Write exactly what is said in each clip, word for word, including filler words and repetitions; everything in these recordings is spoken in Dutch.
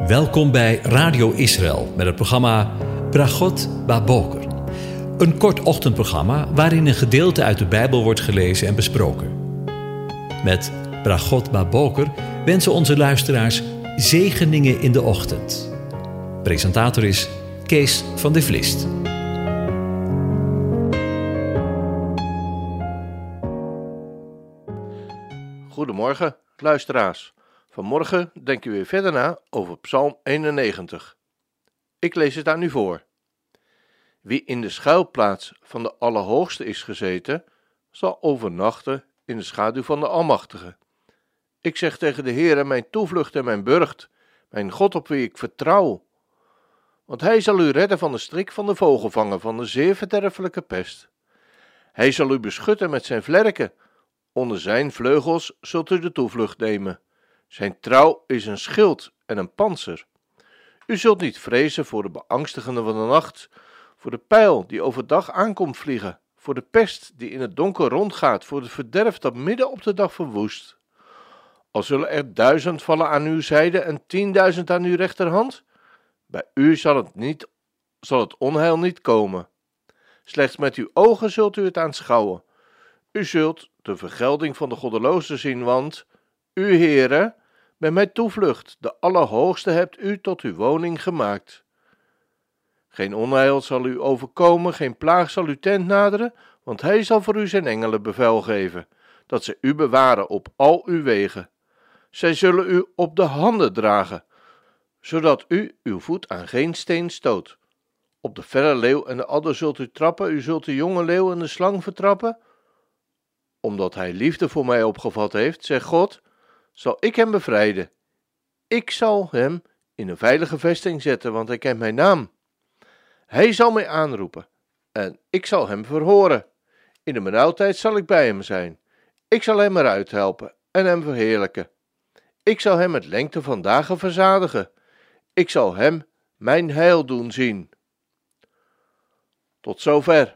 Welkom bij Radio Israël met het programma Bragot Baboker. Een kort ochtendprogramma waarin een gedeelte uit de Bijbel wordt gelezen en besproken. Met Bragot Baboker wensen onze luisteraars zegeningen in de ochtend. Presentator is Kees van de Vlist. Goedemorgen, luisteraars. Vanmorgen denken we weer verder na over Psalm eenennegentig. Ik lees het aan u voor. Wie in de schuilplaats van de Allerhoogste is gezeten, zal overnachten in de schaduw van de Almachtige. Ik zeg tegen de Heere, mijn toevlucht en mijn burcht, mijn God op wie ik vertrouw. Want hij zal u redden van de strik van de vogelvanger, van de zeer verderfelijke pest. Hij zal u beschutten met zijn vlerken. Onder zijn vleugels zult u de toevlucht nemen. Zijn trouw is een schild en een pantser. U zult niet vrezen voor de beangstigende van de nacht, voor de pijl die overdag aankomt vliegen, voor de pest die in het donker rondgaat, voor het verderf dat midden op de dag verwoest. Al zullen er duizend vallen aan uw zijde en tienduizend aan uw rechterhand, bij u zal het, niet, zal het onheil niet komen. Slechts met uw ogen zult u het aanschouwen. U zult de vergelding van de goddelozen zien, want u, Heere, bent mijn toevlucht, de Allerhoogste hebt u tot uw woning gemaakt. Geen onheil zal u overkomen, geen plaag zal uw tent naderen, want hij zal voor u zijn engelen bevel geven, dat ze u bewaren op al uw wegen. Zij zullen u op de handen dragen, zodat u uw voet aan geen steen stoot. Op de verre leeuw en de adder zult u trappen, u zult de jonge leeuw en de slang vertrappen. Omdat hij liefde voor mij opgevat heeft, zegt God, zal ik hem bevrijden. Ik zal hem in een veilige vesting zetten, want hij kent mijn naam. Hij zal mij aanroepen en ik zal hem verhoren. In de benauwdheid zal ik bij hem zijn. Ik zal hem eruit helpen en hem verheerlijken. Ik zal hem met lengte van dagen verzadigen. Ik zal hem mijn heil doen zien. Tot zover.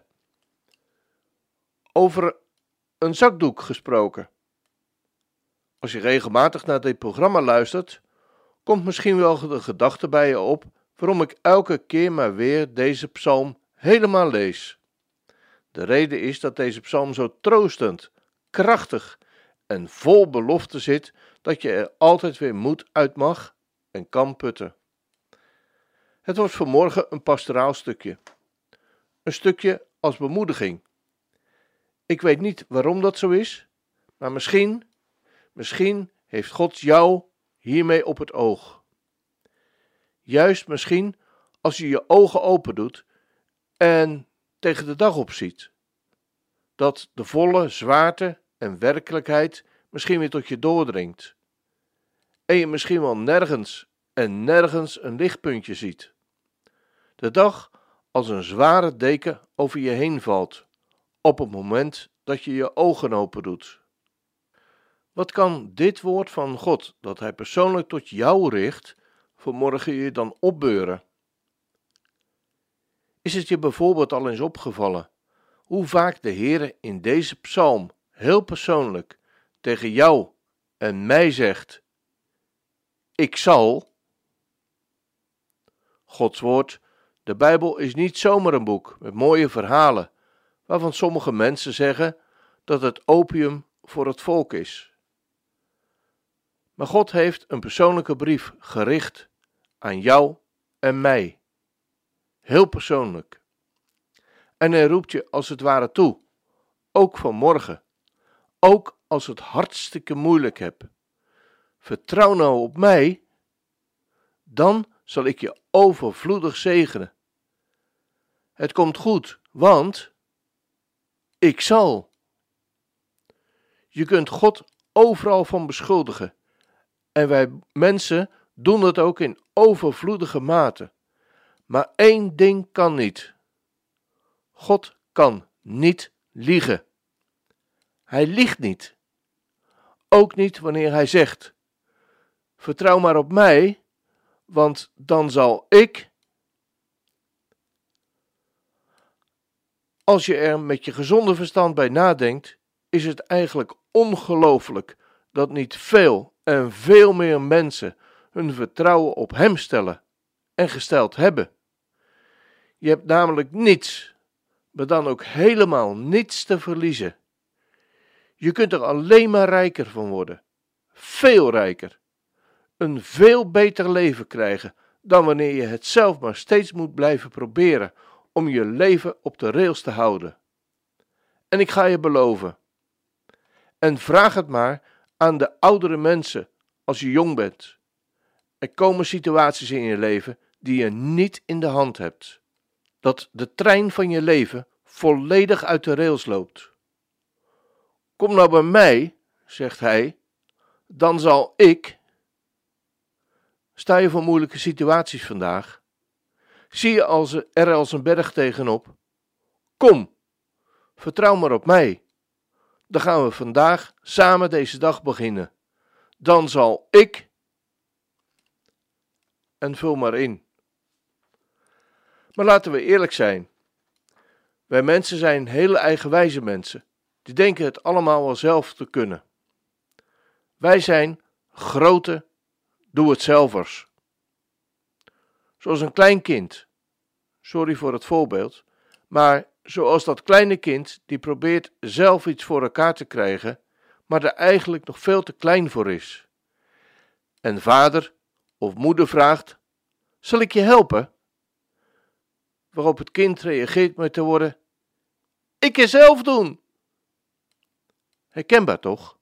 Over een zakdoek gesproken. Als je regelmatig naar dit programma luistert, komt misschien wel de gedachte bij je op waarom ik elke keer maar weer deze psalm helemaal lees. De reden is dat deze psalm zo troostend, krachtig en vol belofte zit, dat je er altijd weer moed uit mag en kan putten. Het wordt vanmorgen een pastoraal stukje. Een stukje als bemoediging. Ik weet niet waarom dat zo is, maar misschien, misschien heeft God jou hiermee op het oog. Juist misschien als je je ogen open doet en tegen de dag opziet. Dat de volle zwaarte en werkelijkheid misschien weer tot je doordringt. En je misschien wel nergens en nergens een lichtpuntje ziet. De dag als een zware deken over je heen valt. Op het moment dat je je ogen open doet. Wat kan dit woord van God, dat hij persoonlijk tot jou richt, vanmorgen je dan opbeuren? Is het je bijvoorbeeld al eens opgevallen hoe vaak de Heere in deze psalm, heel persoonlijk, tegen jou en mij zegt, ik zal? Gods woord, de Bijbel is niet zomaar een boek met mooie verhalen, waarvan sommige mensen zeggen dat het opium voor het volk is. Maar God heeft een persoonlijke brief gericht aan jou en mij. Heel persoonlijk. En hij roept je als het ware toe, ook vanmorgen, ook als het hartstikke moeilijk hebt. Vertrouw nou op mij, dan zal ik je overvloedig zegenen. Het komt goed, want ik zal. Je kunt God overal van beschuldigen. En wij mensen doen dat ook in overvloedige mate. Maar één ding kan niet. God kan niet liegen. Hij liegt niet. Ook niet wanneer hij zegt, vertrouw maar op mij, want dan zal ik. Als je er met je gezonde verstand bij nadenkt, is het eigenlijk ongelooflijk dat niet veel en veel meer mensen hun vertrouwen op Hem stellen en gesteld hebben. Je hebt namelijk niets, maar dan ook helemaal niets te verliezen. Je kunt er alleen maar rijker van worden, veel rijker. Een veel beter leven krijgen dan wanneer je het zelf maar steeds moet blijven proberen om je leven op de rails te houden. En ik ga je beloven, en vraag het maar aan de oudere mensen als je jong bent. Er komen situaties in je leven die je niet in de hand hebt. Dat de trein van je leven volledig uit de rails loopt. Kom nou bij mij, zegt hij, dan zal ik. Sta je voor moeilijke situaties vandaag? Zie je als er als een berg tegenop? Kom, vertrouw maar op mij. Dan gaan we vandaag samen deze dag beginnen. Dan zal ik. En vul maar in. Maar laten we eerlijk zijn. Wij mensen zijn hele eigenwijze mensen. Die denken het allemaal wel zelf te kunnen. Wij zijn grote doe-het-zelvers. Zoals een klein kind. Sorry voor het voorbeeld. Maar zoals dat kleine kind die probeert zelf iets voor elkaar te krijgen, maar er eigenlijk nog veel te klein voor is. En vader of moeder vraagt, zal ik je helpen? Waarop het kind reageert met te worden, ik kan zelf doen. Herkenbaar toch?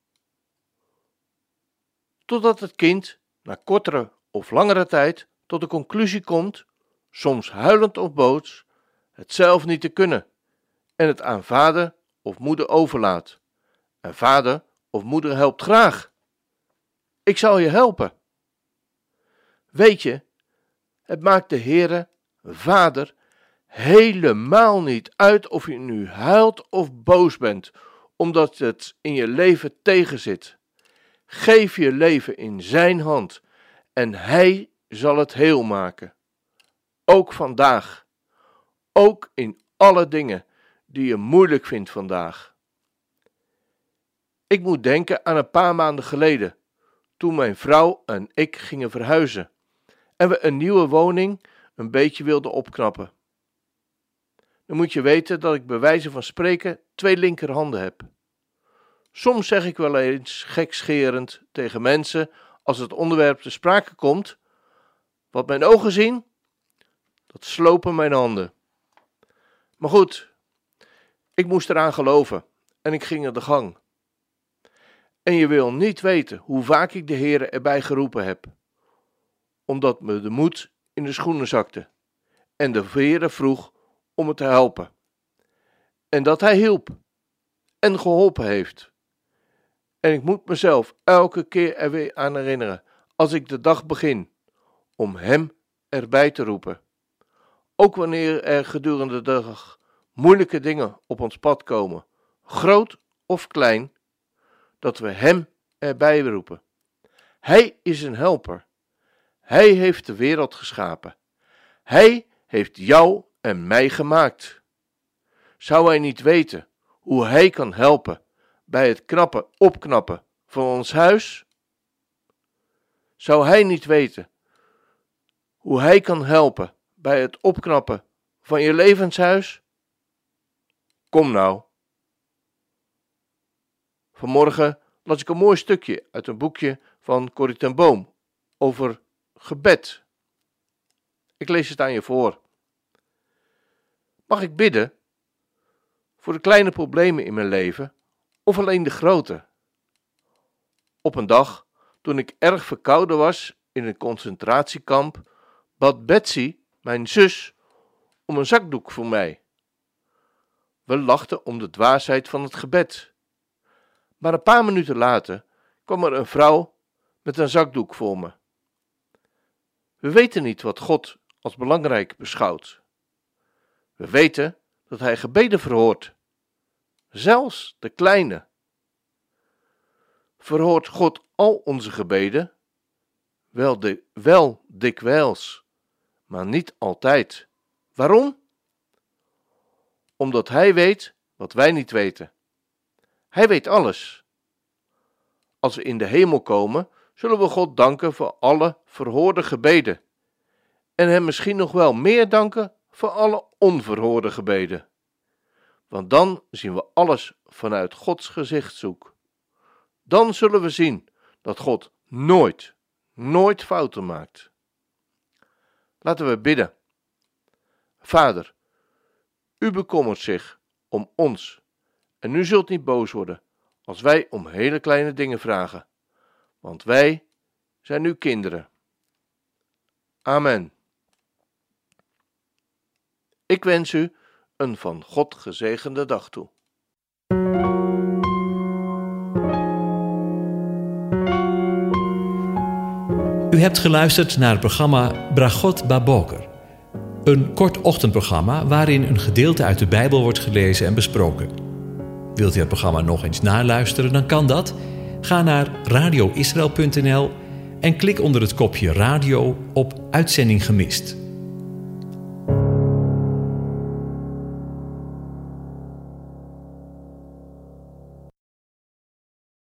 Totdat het kind, na kortere of langere tijd, tot de conclusie komt, soms huilend of boos, het zelf niet te kunnen en het aan vader of moeder overlaat. En vader of moeder helpt graag. Ik zal je helpen. Weet je, het maakt de Heere, Vader, helemaal niet uit of je nu huilt of boos bent, omdat het in je leven tegenzit. Geef je leven in zijn hand en hij zal het heel maken. Ook vandaag. Ook in alle dingen die je moeilijk vindt vandaag. Ik moet denken aan een paar maanden geleden, toen mijn vrouw en ik gingen verhuizen en we een nieuwe woning een beetje wilden opknappen. Dan moet je weten dat ik bij wijze van spreken twee linkerhanden heb. Soms zeg ik wel eens gekscherend tegen mensen als het onderwerp te sprake komt, wat mijn ogen zien, dat slopen mijn handen. Maar goed, ik moest eraan geloven en ik ging aan de gang. En je wil niet weten hoe vaak ik de Heere erbij geroepen heb, omdat me de moed in de schoenen zakte en de Heere vroeg om me te helpen. En dat hij hielp en geholpen heeft. En ik moet mezelf elke keer er weer aan herinneren als ik de dag begin, om hem erbij te roepen. Ook wanneer er gedurende de dag moeilijke dingen op ons pad komen, groot of klein, dat we hem erbij roepen. Hij is een helper. Hij heeft de wereld geschapen. Hij heeft jou en mij gemaakt. Zou hij niet weten hoe hij kan helpen bij het knappen, opknappen van ons huis? Zou hij niet weten hoe hij kan helpen bij het opknappen van je levenshuis? Kom nou. Vanmorgen las ik een mooi stukje uit een boekje van Corrie ten Boom over gebed. Ik lees het aan je voor. Mag ik bidden voor de kleine problemen in mijn leven of alleen de grote? Op een dag, toen ik erg verkouden was in een concentratiekamp, bad Betsy, mijn zus, om een zakdoek voor mij. We lachten om de dwaasheid van het gebed. Maar een paar minuten later kwam er een vrouw met een zakdoek voor me. We weten niet wat God als belangrijk beschouwt. We weten dat hij gebeden verhoort, zelfs de kleine. Verhoort God al onze gebeden? Wel, de, wel dikwijls, maar niet altijd. Waarom? Omdat hij weet wat wij niet weten. Hij weet alles. Als we in de hemel komen, zullen we God danken voor alle verhoorde gebeden. En hem misschien nog wel meer danken voor alle onverhoorde gebeden. Want dan zien we alles vanuit Gods gezichtshoek. Dan zullen we zien dat God nooit, nooit fouten maakt. Laten we bidden. Vader, u bekommert zich om ons en u zult niet boos worden als wij om hele kleine dingen vragen, want wij zijn uw kinderen. Amen. Ik wens u een van God gezegende dag toe. U hebt geluisterd naar het programma Bragot Baboker. Een kort ochtendprogramma waarin een gedeelte uit de Bijbel wordt gelezen en besproken. Wilt u het programma nog eens naluisteren, dan kan dat. Ga naar radio israël punt n l en klik onder het kopje radio op Uitzending gemist.